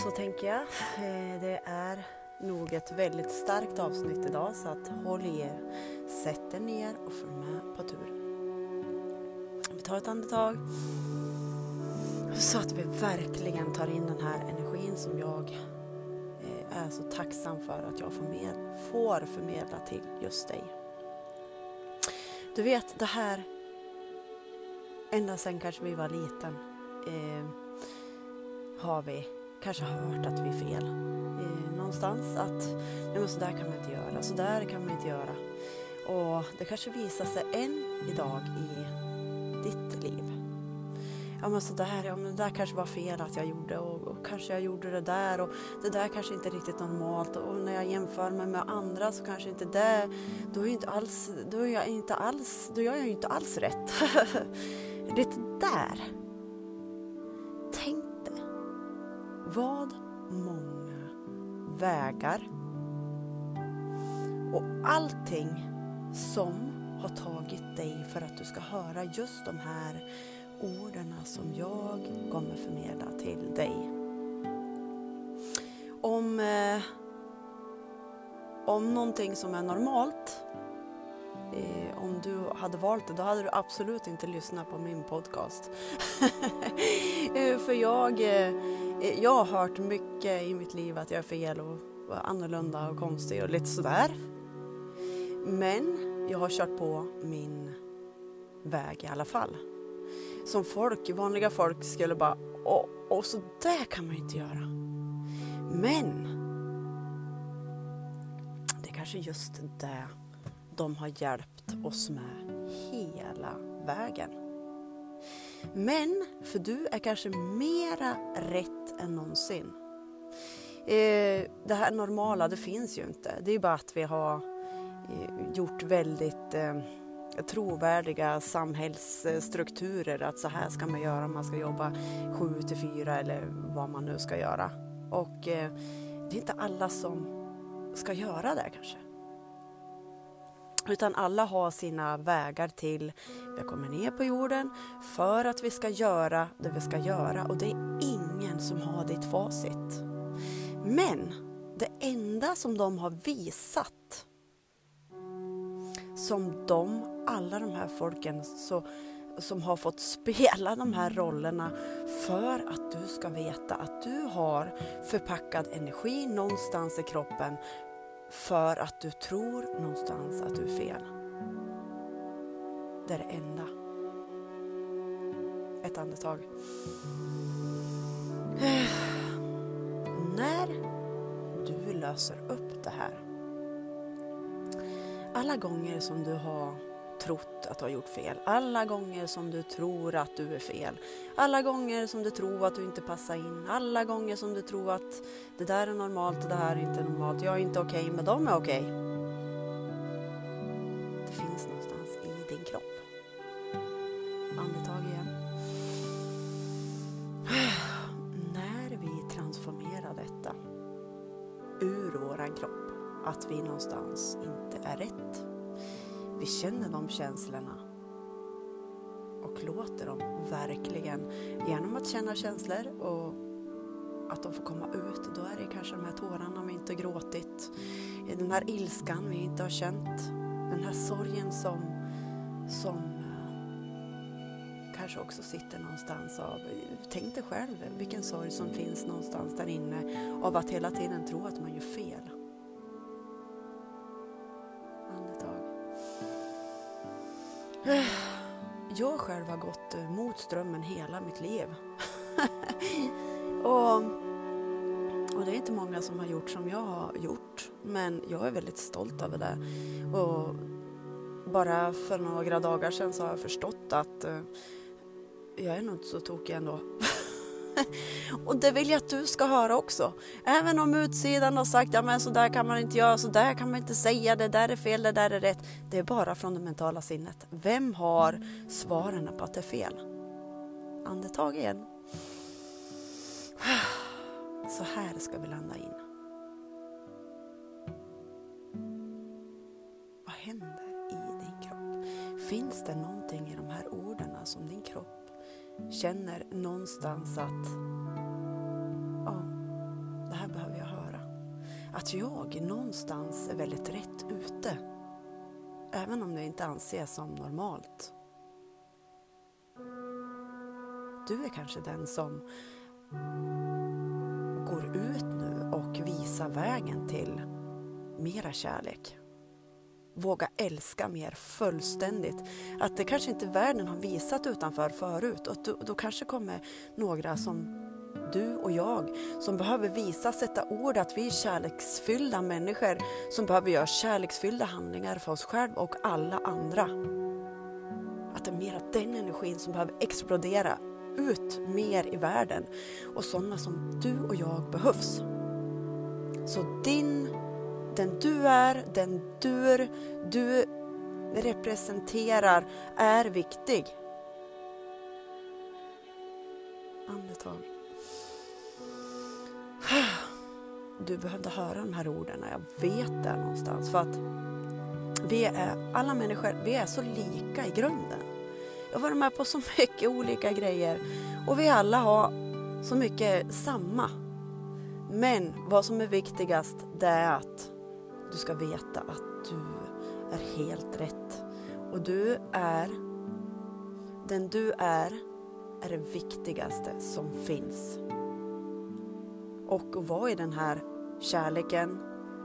så tänker jag. Det är nog ett väldigt starkt avsnitt idag, så att håll i er. Sätt er ner och följ med på tur. Vi tar ett andetag. Så att vi verkligen tar in den här energin som jag är så tacksam för att jag får förmedla till just dig. Du vet, det här ända sedan kanske vi var liten har vi kanske hört att vi är fel. Någonstans att men så där kan man inte göra, så där kan man inte göra. Och det kanske visar sig än idag i ditt liv. Ja men så där, ja men det där kanske var fel att jag gjorde och kanske jag gjorde det där och det där kanske inte är riktigt normalt och när jag jämför mig med andra så kanske inte det, då gör jag ju inte alls rätt. Det där. Tänk dig vad många vägar och allting som har tagit dig för att du ska höra just de här orden som jag kommer förmedla till dig. Om någonting som är normalt, om du hade valt det, då hade du absolut inte lyssnat på min podcast. För jag har hört mycket i mitt liv att jag är fel och annorlunda och konstig och lite sådär. Men jag har kört på min väg i alla fall. Som vanliga folk skulle bara, och så där kan man inte göra. Men det är kanske just det de har hjälpt oss med hela vägen. Men för du är kanske mera rätt än någonsin. Det här normala, det finns ju inte. Det är bara att vi har gjort väldigt trovärdiga samhällsstrukturer att så här ska man göra, man ska jobba 7-4 eller vad man nu ska göra. Och det är inte alla som ska göra det kanske. Utan alla har sina vägar till vi kommer ner på jorden för att vi ska göra det vi ska göra. Och det är ingen som har ditt facit. Men det enda som de har visat, som alla de här folken som har fått spela de här rollerna för att du ska veta att du har förpackad energi någonstans i kroppen för att du tror någonstans att du är fel. Det är det enda. Ett andetag. När du löser upp det här, alla gånger som du har trott att du har gjort fel, alla gånger som du tror att du är fel, alla gånger som du tror att du inte passar in, alla gånger som du tror att det där är normalt, det här är inte normalt, jag är inte okej, men de är okej. Det finns någonstans i din kropp. Andetag igen. När vi transformerar detta ur våran kropp, att vi någonstans inte är rätt. Vi känner de känslorna och låter dem verkligen, genom att känna känslor och att de får komma ut. Då är det kanske de här tårarna vi inte gråtit, den här ilskan vi inte har känt, den här sorgen som kanske också sitter någonstans av, tänk dig själv vilken sorg som finns någonstans där inne av att hela tiden tro att man gör fel. Jag själv har gått mot strömmen hela mitt liv. och det är inte många som har gjort som jag har gjort. Men jag är väldigt stolt över det. Och bara för några dagar sedan så har jag förstått att jag är nog inte så tokig ändå. Och det vill jag att du ska höra också. Även om utsidan har sagt, ja men så där kan man inte göra, så där kan man inte säga, det där är fel, det där är rätt. Det är bara från det mentala sinnet. Vem har svaren på att det är fel? Andetag igen. Så här ska vi landa in. Vad händer i din kropp? Finns det någonting i de här orden som din kropp känner någonstans att att jag någonstans är väldigt rätt ute. Även om det inte anses som normalt. Du är kanske den som går ut nu och visar vägen till mera kärlek. Våga älska mer fullständigt. Att det kanske inte världen har visat utanför förut. Och då kanske kommer några som du och jag som behöver visa, sätta ord att vi är kärleksfyllda människor som behöver göra kärleksfyllda handlingar för oss själva och alla andra. Att det är mer den energin som behöver explodera ut mer i världen och sådana som du och jag behövs. Så den du är, den du representerar är viktig. Andetag. Du behövde höra de här orden när jag vet det någonstans. För att alla människor, vi är så lika i grunden. Jag har varit med på så mycket olika grejer. Och vi alla har så mycket samma. Men vad som är viktigast, det är att du ska veta att du är helt rätt. Och den du är det viktigaste som finns. Och att vara i den här kärleken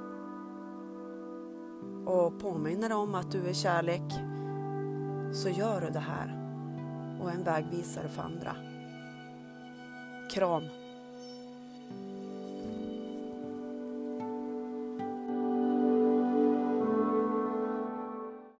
och påminner om att du är kärlek, så gör du det här och är en vägvisare för andra. Kram.